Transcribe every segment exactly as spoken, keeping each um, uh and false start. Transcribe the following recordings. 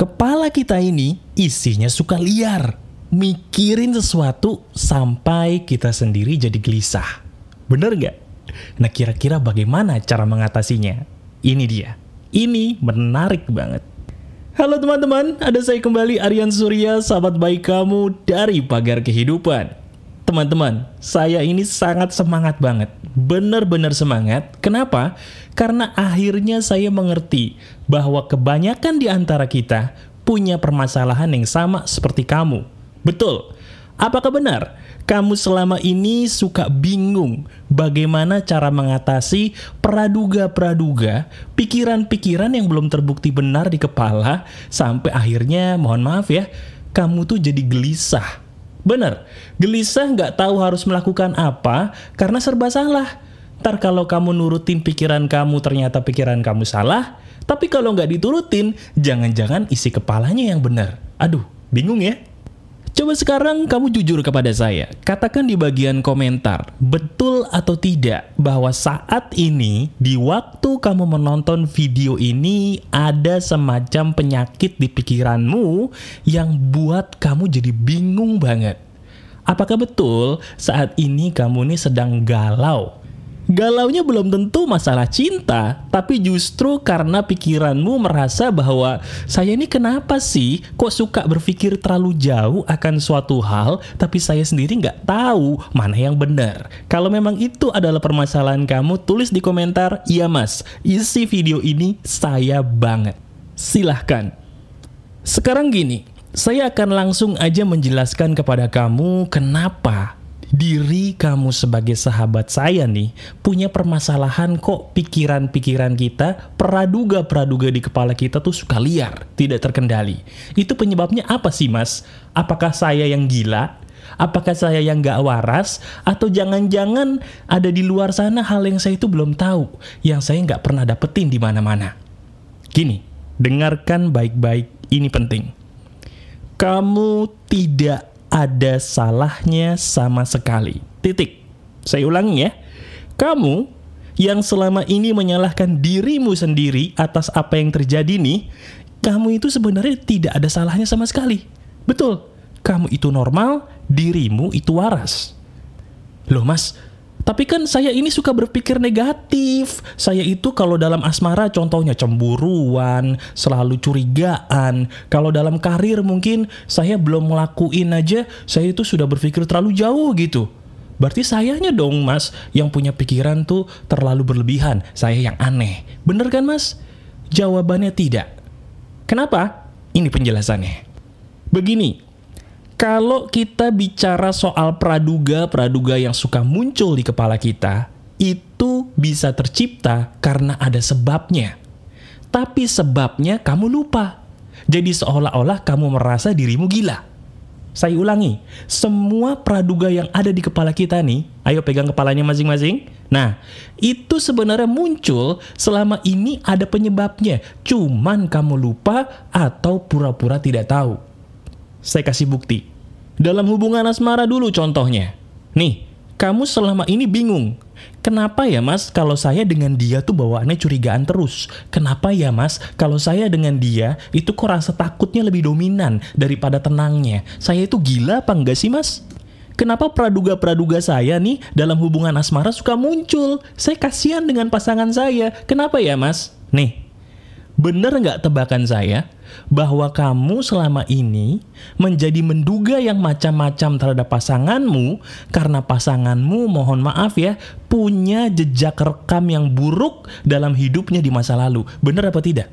kepala kita ini isinya suka liar, mikirin sesuatu sampai kita sendiri jadi gelisah. Bener nggak? Nah, kira-kira bagaimana cara mengatasinya? Ini dia. Ini menarik banget. Halo teman-teman, ada saya kembali Aryan Surya, sahabat baik kamu dari Pagar Kehidupan. Teman-teman, saya ini sangat semangat banget. Bener-bener semangat. Kenapa? Karena akhirnya saya mengerti bahwa kebanyakan di antara kita punya permasalahan yang sama seperti kamu. Betul. Apakah benar? Kamu selama ini suka bingung bagaimana cara mengatasi praduga-praduga, pikiran-pikiran yang belum terbukti benar di kepala, sampai akhirnya, mohon maaf ya, kamu tuh jadi gelisah. Benar, gelisah nggak tahu harus melakukan apa karena serba salah. Ntar kalau kamu nurutin pikiran kamu, ternyata pikiran kamu salah, tapi kalau nggak diturutin, jangan-jangan isi kepalanya yang benar. Aduh, bingung ya? Coba sekarang kamu jujur kepada saya. Katakan di bagian komentar, betul atau tidak bahwa saat ini, di waktu kamu menonton video ini, ada semacam penyakit di pikiranmu yang buat kamu jadi bingung banget. Apakah betul saat ini kamu ini sedang galau? Galaunya belum tentu masalah cinta, tapi justru karena pikiranmu merasa bahwa saya ini kenapa sih kok suka berpikir terlalu jauh akan suatu hal, tapi saya sendiri nggak tahu mana yang benar. Kalau memang itu adalah permasalahan kamu, tulis di komentar, iya mas, isi video ini saya banget. Silahkan. Sekarang gini, saya akan langsung aja menjelaskan kepada kamu kenapa diri kamu sebagai sahabat saya nih punya permasalahan kok pikiran-pikiran kita, praduga-praduga di kepala kita tuh suka liar, tidak terkendali. Itu penyebabnya apa sih mas? Apakah saya yang gila? Apakah saya yang gak waras? Atau jangan-jangan ada di luar sana hal yang saya itu belum tahu, yang saya gak pernah dapetin di mana-mana? Gini, dengarkan baik-baik, ini penting. Kamu tidak ada salahnya sama sekali. Titik. Saya ulangi ya. Kamu yang selama ini menyalahkan dirimu sendiri atas apa yang terjadi nih, kamu itu sebenarnya tidak ada salahnya sama sekali. Betul. Kamu itu normal, dirimu itu waras. Loh mas, tapi kan saya ini suka berpikir negatif. Saya itu kalau dalam asmara contohnya cemburuan, selalu curigaan. Kalau dalam karir mungkin saya belum ngelakuin aja, saya itu sudah berpikir terlalu jauh gitu. Berarti sayanya dong mas, yang punya pikiran tuh terlalu berlebihan. Saya yang aneh. Bener kan mas? Jawabannya tidak. Kenapa? Ini penjelasannya. Begini. Kalau kita bicara soal praduga-praduga yang suka muncul di kepala kita, itu bisa tercipta karena ada sebabnya. Tapi sebabnya kamu lupa. Jadi seolah-olah kamu merasa dirimu gila. Saya ulangi, semua praduga yang ada di kepala kita nih, ayo pegang kepalanya masing-masing. Nah, itu sebenarnya muncul selama ini ada penyebabnya. Cuman kamu lupa atau pura-pura tidak tahu. Saya kasih bukti. Dalam hubungan asmara dulu contohnya. Nih, kamu selama ini bingung. Kenapa ya mas kalau saya dengan dia tuh bawaannya curigaan terus? Kenapa ya mas kalau saya dengan dia itu kok rasa takutnya lebih dominan daripada tenangnya? Saya itu gila apa enggak sih mas? Kenapa praduga-praduga saya nih dalam hubungan asmara suka muncul? Saya kasihan dengan pasangan saya. Kenapa ya mas? Nih, bener nggak tebakan saya bahwa kamu selama ini menjadi menduga yang macam-macam terhadap pasanganmu karena pasanganmu, mohon maaf ya, punya jejak rekam yang buruk dalam hidupnya di masa lalu. Bener apa tidak?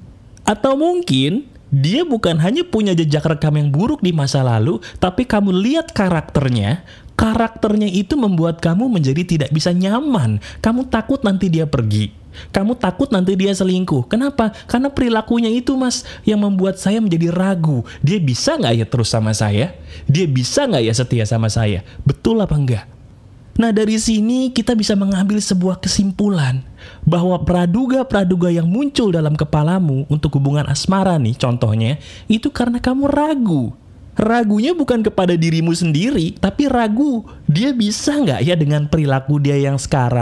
Atau mungkin dia bukan hanya punya jejak rekam yang buruk di masa lalu, tapi kamu lihat karakternya, karakternya itu membuat kamu menjadi tidak bisa nyaman. Kamu takut nanti dia pergi. Kamu takut nanti dia selingkuh. Kenapa? Karena perilakunya itu mas yang membuat saya menjadi ragu. Dia bisa nggak ya terus sama saya? Dia bisa nggak ya setia sama saya? Betul apa enggak? Nah dari sini kita bisa mengambil sebuah kesimpulan bahwa praduga-praduga yang muncul dalam kepalamu untuk hubungan asmara nih contohnya, itu karena kamu ragu. Ragunya bukan kepada dirimu sendiri, tapi ragu dia bisa nggak ya dengan perilaku dia yang sekarang?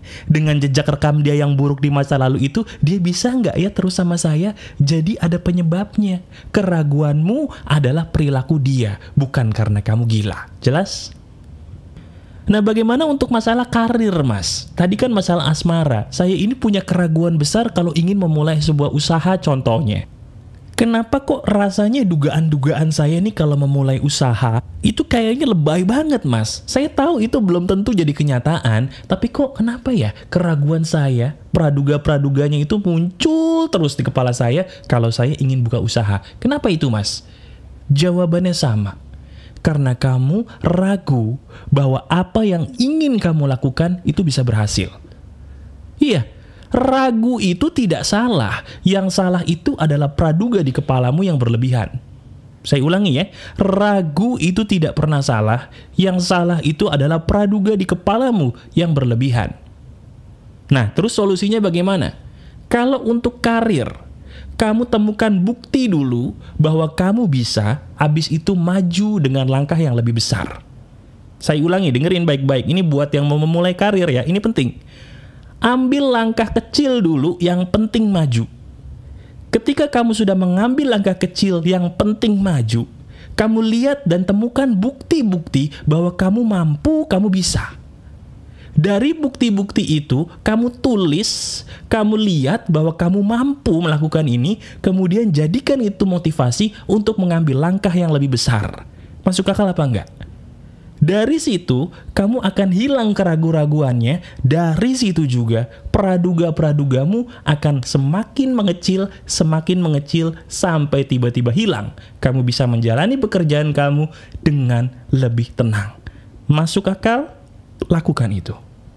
Dengan jejak rekam dia yang buruk di masa lalu itu, dia bisa nggak ya terus sama saya? Jadi ada penyebabnya. Keraguanmu adalah perilaku dia, bukan karena kamu gila. Jelas? Nah, bagaimana untuk masalah karir, Mas? Tadi kan masalah asmara. Saya ini punya keraguan besar kalau ingin memulai sebuah usaha contohnya. Kenapa kok rasanya dugaan-dugaan saya nih kalau memulai usaha itu kayaknya lebay banget, Mas? Saya tahu itu belum tentu jadi kenyataan, tapi kok kenapa ya keraguan saya, praduga-praduganya itu muncul terus di kepala saya kalau saya ingin buka usaha. Kenapa itu, Mas? Jawabannya sama. Karena kamu ragu bahwa apa yang ingin kamu lakukan itu bisa berhasil. Iya, ragu itu tidak salah. Yang salah itu adalah praduga di kepalamu yang berlebihan. Saya ulangi ya, ragu itu tidak pernah salah. Yang salah itu adalah praduga di kepalamu yang berlebihan. Nah, terus solusinya bagaimana? Kalau untuk karir, kamu temukan bukti dulu bahwa kamu bisa, habis itu maju dengan langkah yang lebih besar. Saya ulangi, dengerin baik-baik. Ini buat yang mau memulai karir ya, ini penting. Ambil langkah kecil dulu yang penting maju. Ketika kamu sudah mengambil langkah kecil yang penting maju, kamu lihat dan temukan bukti-bukti bahwa kamu mampu, kamu bisa. Dari bukti-bukti itu, kamu tulis, kamu lihat bahwa kamu mampu melakukan ini, kemudian jadikan itu motivasi untuk mengambil langkah yang lebih besar. Masuk akal apa enggak? Dari situ, kamu akan hilang keraguan-raguannya. Dari situ juga, praduga-pradugamu akan semakin mengecil, semakin mengecil, sampai tiba-tiba hilang. Kamu bisa menjalani pekerjaan kamu dengan lebih tenang. Masuk akal? Lakukan itu.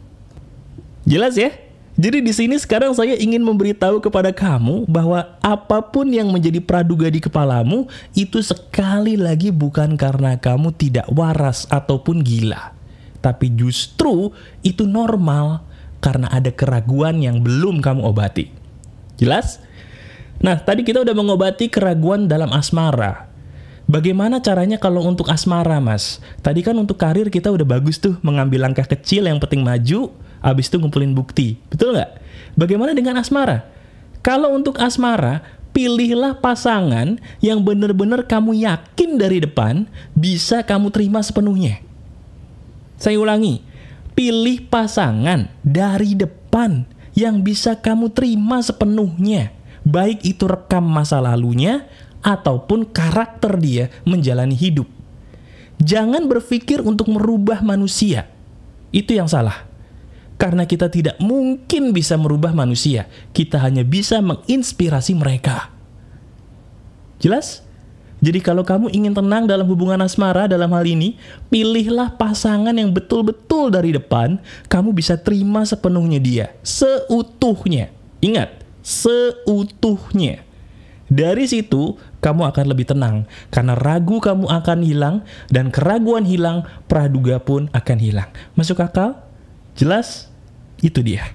Jelas ya? Jadi di sini sekarang saya ingin memberitahu kepada kamu bahwa apapun yang menjadi praduga di kepalamu itu sekali lagi bukan karena kamu tidak waras ataupun gila. Tapi justru itu normal karena ada keraguan yang belum kamu obati. Jelas? Nah, tadi kita udah mengobati keraguan dalam asmara. Bagaimana caranya kalau untuk asmara, Mas? Tadi kan untuk karir kita udah bagus tuh, mengambil langkah kecil yang penting maju, habis itu ngumpulin bukti. Betul nggak? Bagaimana dengan asmara? Kalau untuk asmara, pilihlah pasangan yang benar-benar kamu yakin dari depan bisa kamu terima sepenuhnya. Saya ulangi, pilih pasangan dari depan yang bisa kamu terima sepenuhnya. Baik itu rekam masa lalunya, ataupun karakter dia menjalani hidup. Jangan berpikir untuk merubah manusia. Itu yang salah. Karena kita tidak mungkin bisa merubah manusia. Kita hanya bisa menginspirasi mereka. Jelas? Jadi kalau kamu ingin tenang dalam hubungan asmara dalam hal ini, pilihlah pasangan yang betul-betul dari depan, kamu bisa terima sepenuhnya dia. Seutuhnya. Ingat, seutuhnya. Dari situ, kamu akan lebih tenang. Karena ragu kamu akan hilang, dan keraguan hilang, praduga pun akan hilang. Masuk akal? Jelas? Itu dia.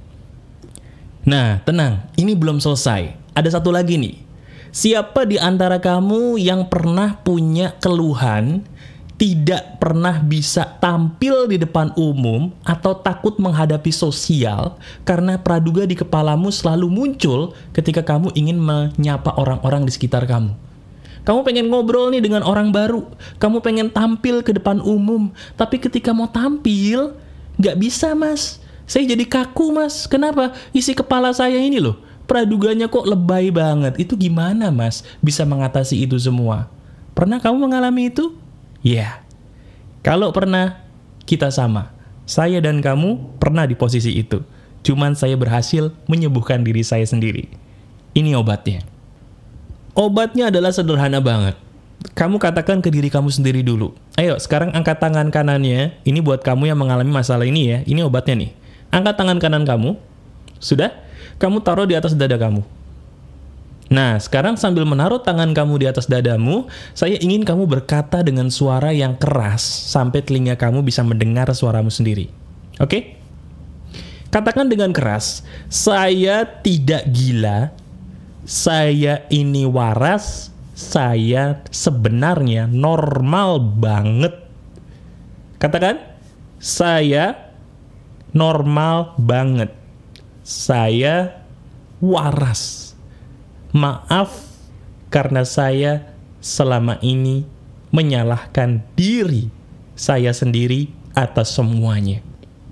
Nah, tenang. Ini belum selesai. Ada satu lagi nih. Siapa di antara kamu yang pernah punya keluhan, tidak pernah bisa tampil di depan umum, atau takut menghadapi sosial, karena praduga di kepalamu selalu muncul ketika kamu ingin menyapa orang-orang di sekitar kamu. Kamu pengen ngobrol nih dengan orang baru, kamu pengen tampil ke depan umum, tapi ketika mau tampil, nggak bisa, Mas. Saya jadi kaku, Mas. Kenapa? Isi kepala saya ini loh, praduganya kok lebay banget. Itu gimana, Mas, bisa mengatasi itu semua? Pernah kamu mengalami itu? Ya, yeah. Kalau pernah, kita sama. Saya dan kamu pernah di posisi itu. Cuman saya berhasil menyembuhkan diri saya sendiri. Ini obatnya. Obatnya adalah sederhana banget. Kamu katakan ke diri kamu sendiri dulu. Ayo, sekarang angkat tangan kanannya. Ini buat kamu yang mengalami masalah ini ya. Ini obatnya nih. Angkat tangan kanan kamu. Sudah? Kamu taruh di atas dada kamu. Nah, sekarang sambil menaruh tangan kamu di atas dadamu, saya ingin kamu berkata dengan suara yang keras sampai telinga kamu bisa mendengar suaramu sendiri. Oke? Katakan dengan keras, saya tidak gila, saya ini waras, saya sebenarnya normal banget. Katakan, saya normal banget. Saya waras. Maaf karena saya selama ini menyalahkan diri saya sendiri atas semuanya.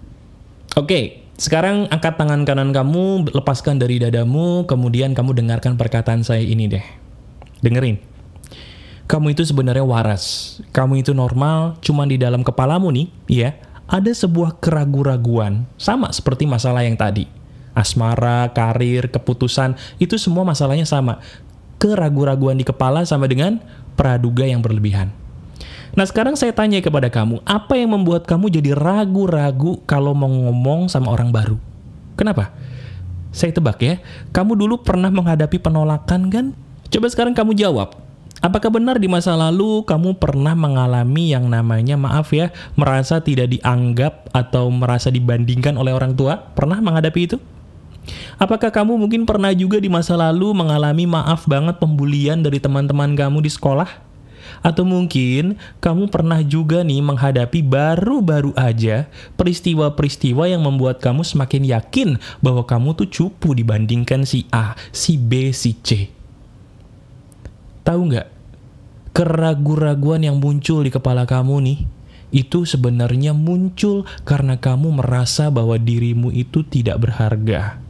Oke, sekarang angkat tangan kanan kamu, lepaskan dari dadamu, kemudian kamu dengarkan perkataan saya ini deh. Dengerin. Kamu itu sebenarnya waras. Kamu itu normal, cuma di dalam kepalamu nih, ya, ada sebuah keraguan-raguan, sama seperti masalah yang tadi. Asmara, karir, keputusan, itu semua masalahnya sama. Keraguan-raguan di kepala sama dengan praduga yang berlebihan. Nah, sekarang saya tanya kepada kamu, apa yang membuat kamu jadi ragu-ragu kalau mau ngomong sama orang baru? Kenapa? Saya tebak ya, kamu dulu pernah menghadapi penolakan kan? Coba sekarang kamu jawab. Apakah benar di masa lalu kamu pernah mengalami yang namanya, maaf ya, merasa tidak dianggap atau merasa dibandingkan oleh orang tua? Pernah menghadapi itu? Apakah kamu mungkin pernah juga di masa lalu mengalami, maaf banget, pembulian dari teman-teman kamu di sekolah? Atau mungkin kamu pernah juga nih menghadapi baru-baru aja peristiwa-peristiwa yang membuat kamu semakin yakin bahwa kamu tuh cupu dibandingkan si A, si B, si C. Tahu nggak? Keraguan-raguan yang muncul di kepala kamu nih, itu sebenarnya muncul karena kamu merasa bahwa dirimu itu tidak berharga.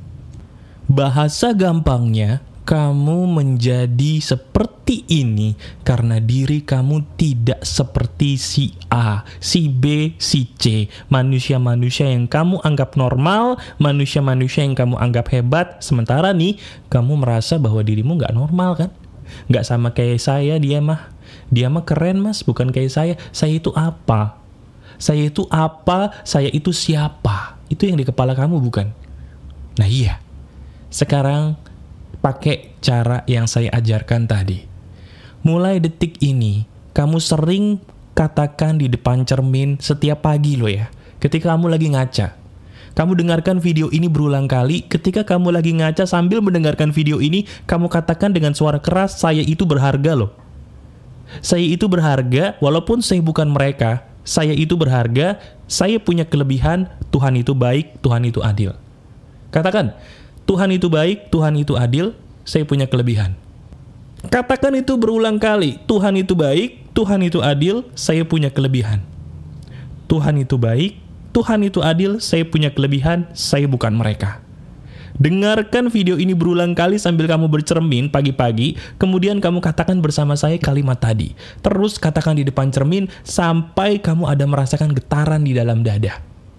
Bahasa gampangnya, kamu menjadi seperti ini karena diri kamu tidak seperti si A, si B, si C. Manusia-manusia yang kamu anggap normal, manusia-manusia yang kamu anggap hebat. Sementara nih, kamu merasa bahwa dirimu nggak normal kan? Nggak sama kayak saya, dia mah. Dia mah keren mas, bukan kayak saya. Saya itu apa? Saya itu apa? Saya itu siapa? Itu yang di kepala kamu bukan? Nah iya. Sekarang pakai cara yang saya ajarkan tadi. Mulai detik ini, kamu sering katakan di depan cermin setiap pagi loh ya. Ketika kamu lagi ngaca. Kamu dengarkan video ini berulang kali, ketika kamu lagi ngaca sambil mendengarkan video ini, kamu katakan dengan suara keras, saya itu berharga loh. Saya itu berharga, walaupun saya bukan mereka. Saya itu berharga, saya punya kelebihan, Tuhan itu baik, Tuhan itu adil. Katakan, Tuhan itu baik, Tuhan itu adil, saya punya kelebihan. Katakan itu berulang kali, Tuhan itu baik, Tuhan itu adil, saya punya kelebihan. Tuhan itu baik, Tuhan itu adil, saya punya kelebihan, saya bukan mereka. Dengarkan video ini berulang kali sambil kamu bercermin pagi-pagi, kemudian kamu katakan bersama saya kalimat tadi. Terus katakan di depan cermin sampai kamu ada merasakan getaran di dalam dada.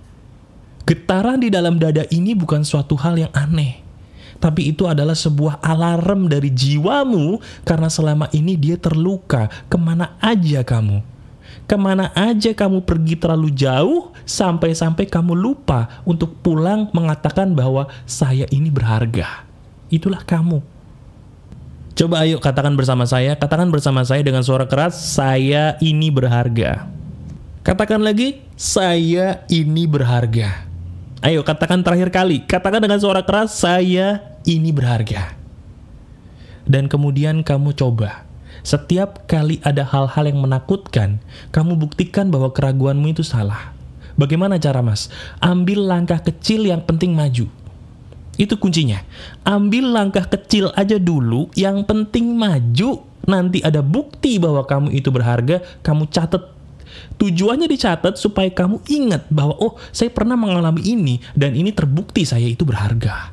Getaran di dalam dada ini bukan suatu hal yang aneh. Tapi itu adalah sebuah alarm dari jiwamu karena selama ini dia terluka. Kemana aja kamu? Kemana aja kamu pergi terlalu jauh, sampai-sampai kamu lupa untuk pulang mengatakan bahwa saya ini berharga. Itulah kamu. Coba ayo katakan bersama saya, katakan bersama saya dengan suara keras, saya ini berharga. Katakan lagi, saya ini berharga. Ayo katakan terakhir kali, katakan dengan suara keras, saya ini berharga. Dan kemudian kamu coba. Setiap kali ada hal-hal yang menakutkan, kamu buktikan bahwa keraguanmu itu salah. Bagaimana cara mas? Ambil langkah kecil yang penting maju. Itu kuncinya. Ambil langkah kecil aja dulu, yang penting maju. Nanti ada bukti bahwa kamu itu berharga, kamu catat. Tujuannya dicatat supaya kamu ingat bahwa, oh saya pernah mengalami ini, dan ini terbukti saya itu berharga.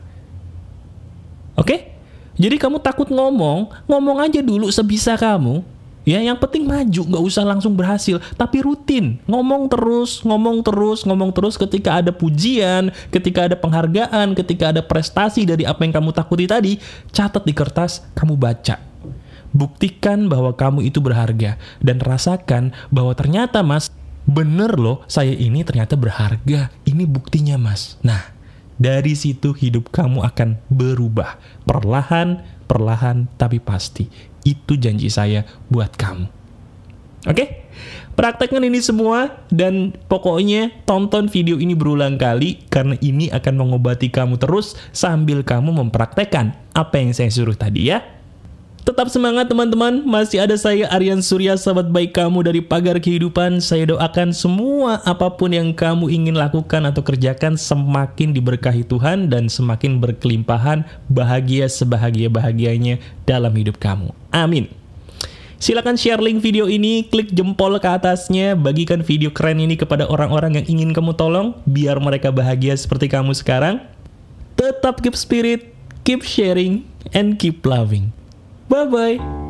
Oke? Okay? Jadi kamu takut ngomong, ngomong aja dulu sebisa kamu. Ya, yang penting maju, nggak usah langsung berhasil, tapi rutin. Ngomong terus, ngomong terus, ngomong terus ketika ada pujian, ketika ada penghargaan, ketika ada prestasi dari apa yang kamu takuti tadi, catat di kertas, kamu baca. Buktikan bahwa kamu itu berharga. Dan rasakan bahwa ternyata mas, bener loh, saya ini ternyata berharga. Ini buktinya mas. Nah, dari situ hidup kamu akan berubah. Perlahan, perlahan, tapi pasti. Itu janji saya buat kamu. Oke? Praktekkan ini semua dan pokoknya tonton video ini berulang kali karena ini akan mengobati kamu terus sambil kamu mempraktekkan apa yang saya suruh tadi ya. Tetap semangat teman-teman, masih ada saya Aryan Surya, sahabat baik kamu dari Pagar Kehidupan. Saya doakan semua apapun yang kamu ingin lakukan atau kerjakan semakin diberkahi Tuhan dan semakin berkelimpahan bahagia sebahagia-bahagianya dalam hidup kamu. Amin. Silakan share link video ini, klik jempol ke atasnya, bagikan video keren ini kepada orang-orang yang ingin kamu tolong, biar mereka bahagia seperti kamu sekarang. Tetap keep spirit, keep sharing, and keep loving. Bye-bye.